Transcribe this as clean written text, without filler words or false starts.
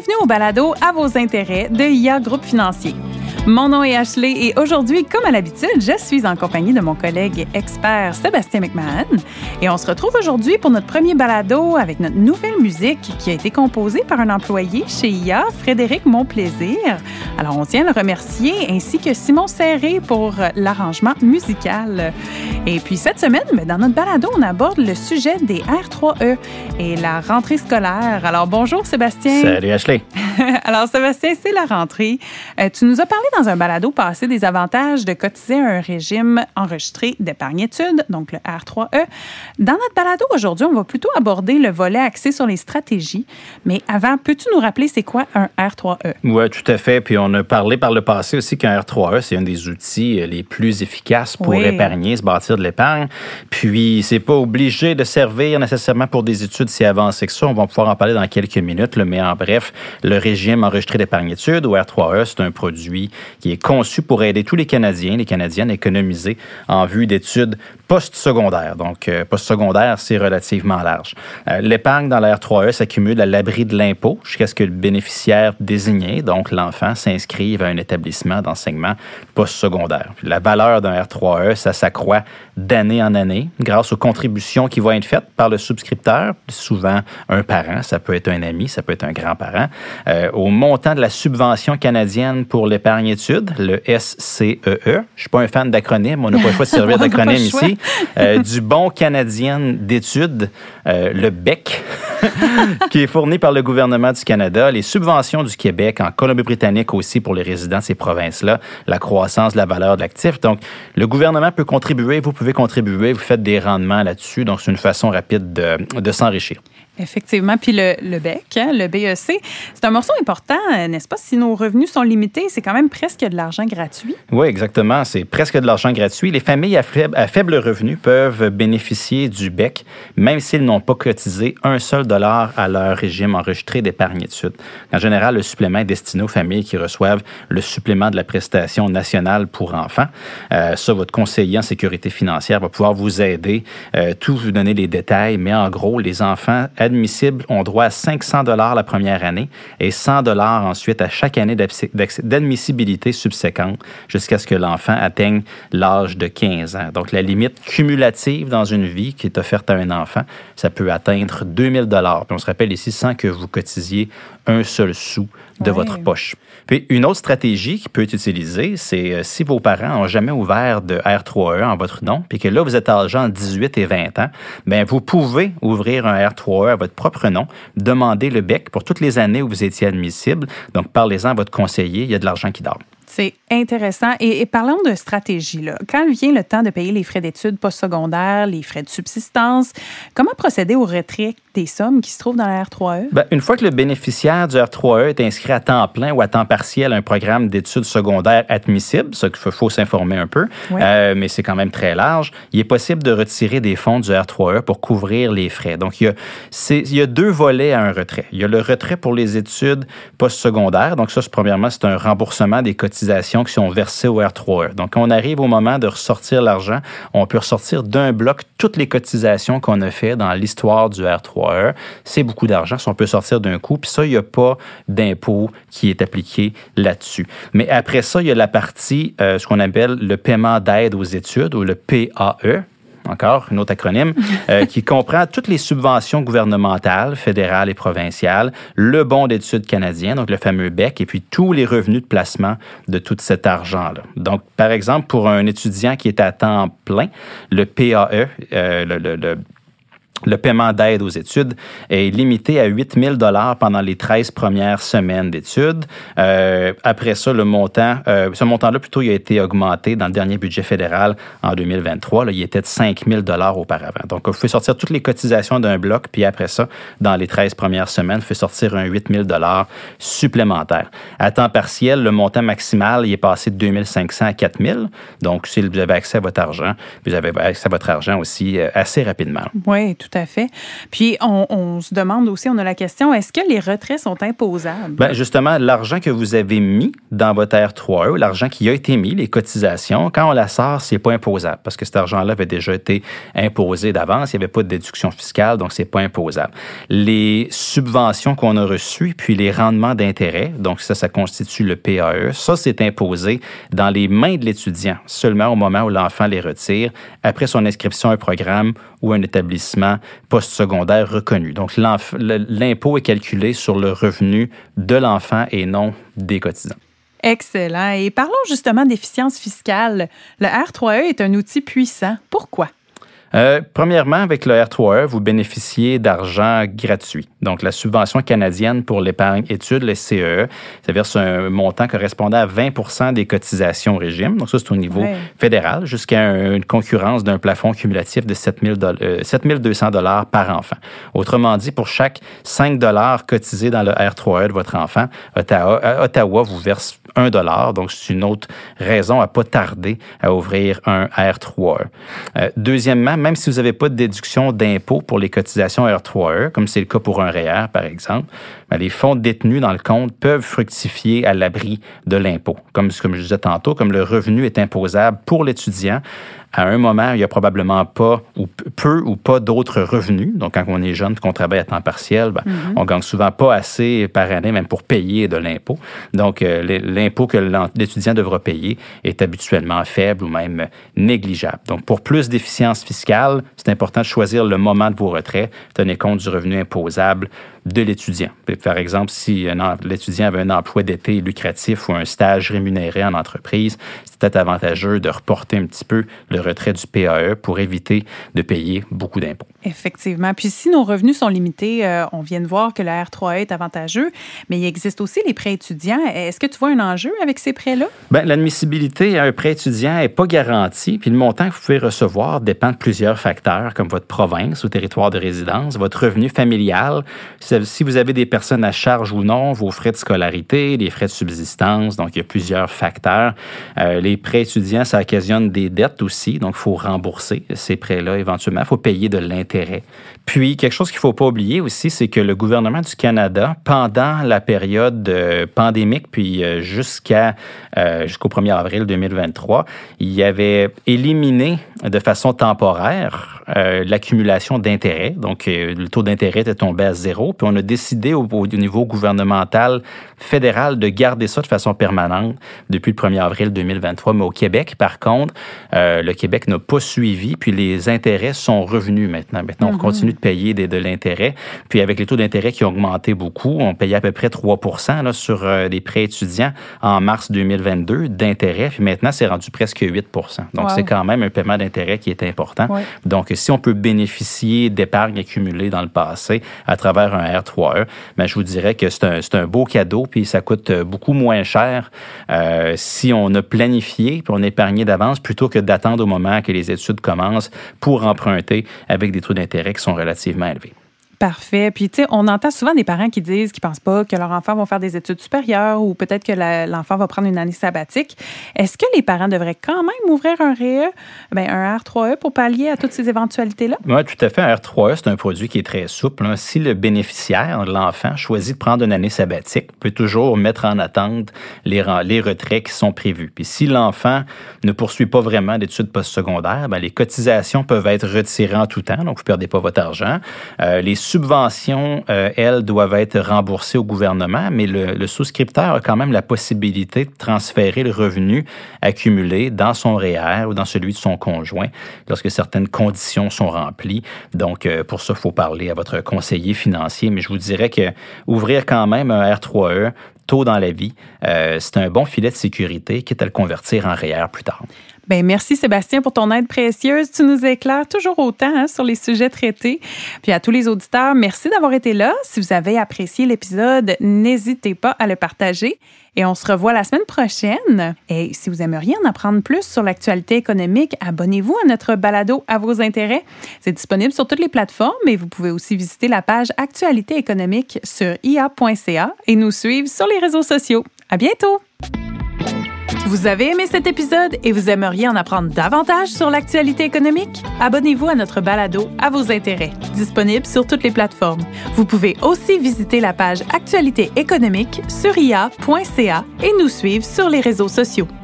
Bienvenue au balado À vos intérêts de IA Groupe Financier. Mon nom est Ashley et aujourd'hui, comme à l'habitude, je suis en compagnie de mon collègue expert Sébastien McMahon. Et on se retrouve aujourd'hui pour notre premier balado avec notre nouvelle musique qui a été composée par un employé chez IA, Frédéric Monplaisir. Alors, on tient à le remercier, ainsi que Simon Serré pour l'arrangement musical. Et puis cette semaine, dans notre balado, on aborde le sujet des R3E et la rentrée scolaire. Alors, bonjour Sébastien. Salut Ashley. Alors Sébastien, c'est la rentrée. Tu nous as parlé dans un balado passé des avantages de cotiser à un régime enregistré d'épargne-études, donc le R3E. Dans notre balado aujourd'hui, on va plutôt aborder le volet axé sur les stratégies. Mais avant, peux-tu nous rappeler c'est quoi un R3E? Oui, tout à fait. Puis on a parlé par le passé aussi qu'un R3E, c'est un des outils les plus efficaces pour épargner, se bâtir de l'épargne. Puis c'est pas obligé de servir nécessairement pour des études si avancées que ça. On va pouvoir en parler dans quelques minutes. Mais en bref, le régime enregistré d'épargne-études, ou R3E, c'est un produit qui est conçu pour aider tous les Canadiennes à économiser en vue d'études post-secondaires. Donc, post-secondaire, c'est relativement large. L'épargne dans la R3E s'accumule à l'abri de l'impôt jusqu'à ce que le bénéficiaire désigné, donc l'enfant, s'inscrive à un établissement d'enseignement post-secondaire. La valeur d'un R3E, ça s'accroît d'année en année grâce aux contributions qui vont être faites par le souscripteur, souvent un parent, ça peut être un ami, ça peut être un grand-parent, au montant de la subvention canadienne pour l'épargne-études, le SCEE. Je ne suis pas un fan d'acronymes, on n'a pas le choix de servir d'acronyme ici. Du Bon canadien d'études, le BEC, qui est fourni par le gouvernement du Canada, les subventions du Québec, en Colombie-Britannique aussi pour les résidents de ces provinces-là, la croissance de la valeur de l'actif. Donc, le gouvernement peut contribuer, vous pouvez contribuer, vous faites des rendements là-dessus. Donc, c'est une façon rapide de s'enrichir. Effectivement. Puis le BEC, le BEC, c'est un morceau important, n'est-ce pas? Si nos revenus sont limités, c'est quand même presque de l'argent gratuit. Oui, exactement. C'est presque de l'argent gratuit. Les familles à faible revenu peuvent bénéficier du BEC, même s'ils n'ont pas cotisé un seul dollar à leur régime enregistré d'épargne-études. En général, le supplément est destiné aux familles qui reçoivent le supplément de la prestation nationale pour enfants. Ça, votre conseiller en sécurité financière va pouvoir vous aider, tout vous donner les détails, mais en gros, les enfants admissibles ont droit à 500 $ la première année et 100 $ ensuite à chaque année d'admissibilité subséquente jusqu'à ce que l'enfant atteigne l'âge de 15 ans. Donc, la limite cumulative dans une vie qui est offerte à un enfant, ça peut atteindre 2000 $. Puis on se rappelle ici sans que vous cotisiez un seul sou de votre poche. Puis, une autre stratégie qui peut être utilisée, c'est si vos parents n'ont jamais ouvert de R3E en votre nom, puis que là, vous êtes âgés entre 18 et 20 ans, bien, vous pouvez ouvrir un R3E à votre propre nom, demander le BEC pour toutes les années où vous étiez admissible. Donc, parlez-en à votre conseiller, il y a de l'argent qui dort. C'est intéressant. Et parlons de stratégie, là. Quand vient le temps de payer les frais d'études postsecondaires, les frais de subsistance, comment procéder au retrait des sommes qui se trouvent dans la R3E? Bien, une fois que le bénéficiaire du R3E est inscrit à temps plein ou à temps partiel à un programme d'études secondaires admissible, ça qu'il faut s'informer un peu, mais c'est quand même très large, il est possible de retirer des fonds du R3E pour couvrir les frais. Donc, il y a deux volets à un retrait. Il y a le retrait pour les études postsecondaires. Donc, ça, premièrement, c'est un remboursement des cotisations qui sont versées au R3E. Donc, quand on arrive au moment de ressortir l'argent, on peut ressortir d'un bloc toutes les cotisations qu'on a fait dans l'histoire du R3E. C'est beaucoup d'argent, si on peut sortir d'un coup. Puis ça, il n'y a pas d'impôt qui est appliqué là-dessus. Mais après ça, il y a la partie, ce qu'on appelle le paiement d'aide aux études, ou le PAE. Encore, un autre acronyme, qui comprend toutes les subventions gouvernementales, fédérales et provinciales, le bon d'études canadien, donc le fameux BEC, et puis tous les revenus de placement de tout cet argent-là. Donc, par exemple, pour un étudiant qui est à temps plein, le PAE, le paiement d'aide aux études est limité à 8 000 $ pendant les 13 premières semaines d'études. Après ça, ce montant-là, plutôt, il a été augmenté dans le dernier budget fédéral en 2023. Là, il était de 5 000 $ auparavant. Donc, vous pouvez sortir toutes les cotisations d'un bloc, puis après ça, dans les 13 premières semaines, vous pouvez sortir un 8 000 $ supplémentaire. À temps partiel, le montant maximal, il est passé de 2 500 à 4 000. Donc, si vous avez accès à votre argent, vous avez accès à votre argent aussi assez rapidement. Oui, tout tout à fait. Puis, on se demande aussi, on a la question, est-ce que les retraits sont imposables? Bien, justement, l'argent que vous avez mis dans votre R3E, l'argent qui a été mis, les cotisations, quand on la sort, c'est pas imposable parce que cet argent-là avait déjà été imposé d'avance. Il n'y avait pas de déduction fiscale, donc c'est pas imposable. Les subventions qu'on a reçues, puis les rendements d'intérêt, donc ça constitue le PAE, ça, c'est imposé dans les mains de l'étudiant, seulement au moment où l'enfant les retire, après son inscription à un programme ou un établissement postsecondaire reconnu. Donc, l'impôt est calculé sur le revenu de l'enfant et non des cotisants. Excellent. Et parlons justement d'efficience fiscale. Le R3E est un outil puissant. Pourquoi? Premièrement, avec le R3E, vous bénéficiez d'argent gratuit. Donc, la subvention canadienne pour l'épargne études, le CEE, ça verse un montant correspondant à 20 des cotisations au régime. Donc, ça, c'est au niveau fédéral, jusqu'à une concurrence d'un plafond cumulatif de 7 200 $ par enfant. Autrement dit, pour chaque 5 $ cotisés dans le R3E de votre enfant, Ottawa vous verse 1 $. Donc, c'est une autre raison à ne pas tarder à ouvrir un R3E. Deuxièmement, même si vous n'avez pas de déduction d'impôt pour les cotisations R3E, comme c'est le cas pour un REER, par exemple, les fonds détenus dans le compte peuvent fructifier à l'abri de l'impôt. Comme je disais tantôt, comme le revenu est imposable pour l'étudiant, à un moment, il n'y a probablement pas ou peu ou pas d'autres revenus. Donc, quand on est jeune et qu'on travaille à temps partiel, on gagne souvent pas assez par année, même pour payer de l'impôt. Donc, l'impôt que l'étudiant devra payer est habituellement faible ou même négligeable. Donc, pour plus d'efficience fiscale, c'est important de choisir le moment de vos retraits. Tenez compte du revenu imposable de l'étudiant. Par exemple, si l'étudiant avait un emploi d'été lucratif ou un stage rémunéré en entreprise, c'est peut-être avantageux de reporter un petit peu le retrait du PAE pour éviter de payer beaucoup d'impôts. Effectivement. Puis si nos revenus sont limités, on vient de voir que le R3E est avantageux, mais il existe aussi les prêts étudiants. Est-ce que tu vois un enjeu avec ces prêts-là? Bien, l'admissibilité à un prêt étudiant n'est pas garantie, puis le montant que vous pouvez recevoir dépend de plusieurs facteurs, comme votre province ou territoire de résidence, votre revenu familial, si vous avez des personnes à charge ou non, vos frais de scolarité, les frais de subsistance, donc il y a plusieurs facteurs. Les prêts étudiants, ça occasionne des dettes aussi, donc il faut rembourser ces prêts-là éventuellement, il faut payer de l'intérêt. Puis, quelque chose qu'il ne faut pas oublier aussi, c'est que le gouvernement du Canada, pendant la période pandémique, puis jusqu'au 1er avril 2023, il avait éliminé de façon temporaire l'accumulation d'intérêts. Donc, le taux d'intérêt était tombé à 0. Puis, on a décidé au niveau gouvernemental fédéral de garder ça de façon permanente depuis le 1er avril 2023. Mais au Québec, par contre, le Québec n'a pas suivi. Puis, les intérêts sont revenus maintenant. Maintenant, on continue de payer de l'intérêt. Puis, avec les taux d'intérêt qui ont augmenté beaucoup, on payait à peu près 3 % là, sur les prêts étudiants en mars 2022 d'intérêt. Puis, maintenant, c'est rendu presque 8 %. Donc, c'est quand même un paiement d'intérêt qui est important. Donc, si on peut bénéficier d'épargne accumulée dans le passé à travers un R3E, bien, je vous dirais que c'est un beau cadeau, puis ça coûte beaucoup moins cher si on a planifié, puis on a épargné d'avance, plutôt que d'attendre au moment que les études commencent pour emprunter avec des taux d'intérêt qui sont relativement élevés. Parfait. Puis, tu sais, on entend souvent des parents qui disent qu'ils ne pensent pas que leurs enfants vont faire des études supérieures ou peut-être que l'enfant va prendre une année sabbatique. Est-ce que les parents devraient quand même ouvrir un REE, un R3E pour pallier à toutes ces éventualités-là? Oui, tout à fait. Un R3E, c'est un produit qui est très souple. Si le bénéficiaire, l'enfant, choisit de prendre une année sabbatique, peut toujours mettre en attente les retraits qui sont prévus. Puis si l'enfant ne poursuit pas vraiment d'études postsecondaires, les cotisations peuvent être retirées en tout temps, donc vous ne perdez pas votre argent. Les subventions, elles, doivent être remboursées au gouvernement, mais le souscripteur a quand même la possibilité de transférer le revenu accumulé dans son REER ou dans celui de son conjoint lorsque certaines conditions sont remplies. Donc, pour ça, il faut parler à votre conseiller financier, mais je vous dirais que ouvrir quand même un R3E tôt dans la vie, c'est un bon filet de sécurité, quitte à le convertir en REER plus tard. Bien, merci Sébastien pour ton aide précieuse. Tu nous éclaires toujours autant sur les sujets traités. Puis à tous les auditeurs, merci d'avoir été là. Si vous avez apprécié l'épisode, n'hésitez pas à le partager. Et on se revoit la semaine prochaine. Et si vous aimeriez en apprendre plus sur l'actualité économique, abonnez-vous à notre balado à vos intérêts. C'est disponible sur toutes les plateformes et vous pouvez aussi visiter la page Actualité économique sur ia.ca et nous suivre sur les réseaux sociaux. À bientôt! Vous avez aimé cet épisode et vous aimeriez en apprendre davantage sur l'actualité économique? Abonnez-vous à notre balado À vos intérêts, disponible sur toutes les plateformes. Vous pouvez aussi visiter la page Actualité économique sur ia.ca et nous suivre sur les réseaux sociaux.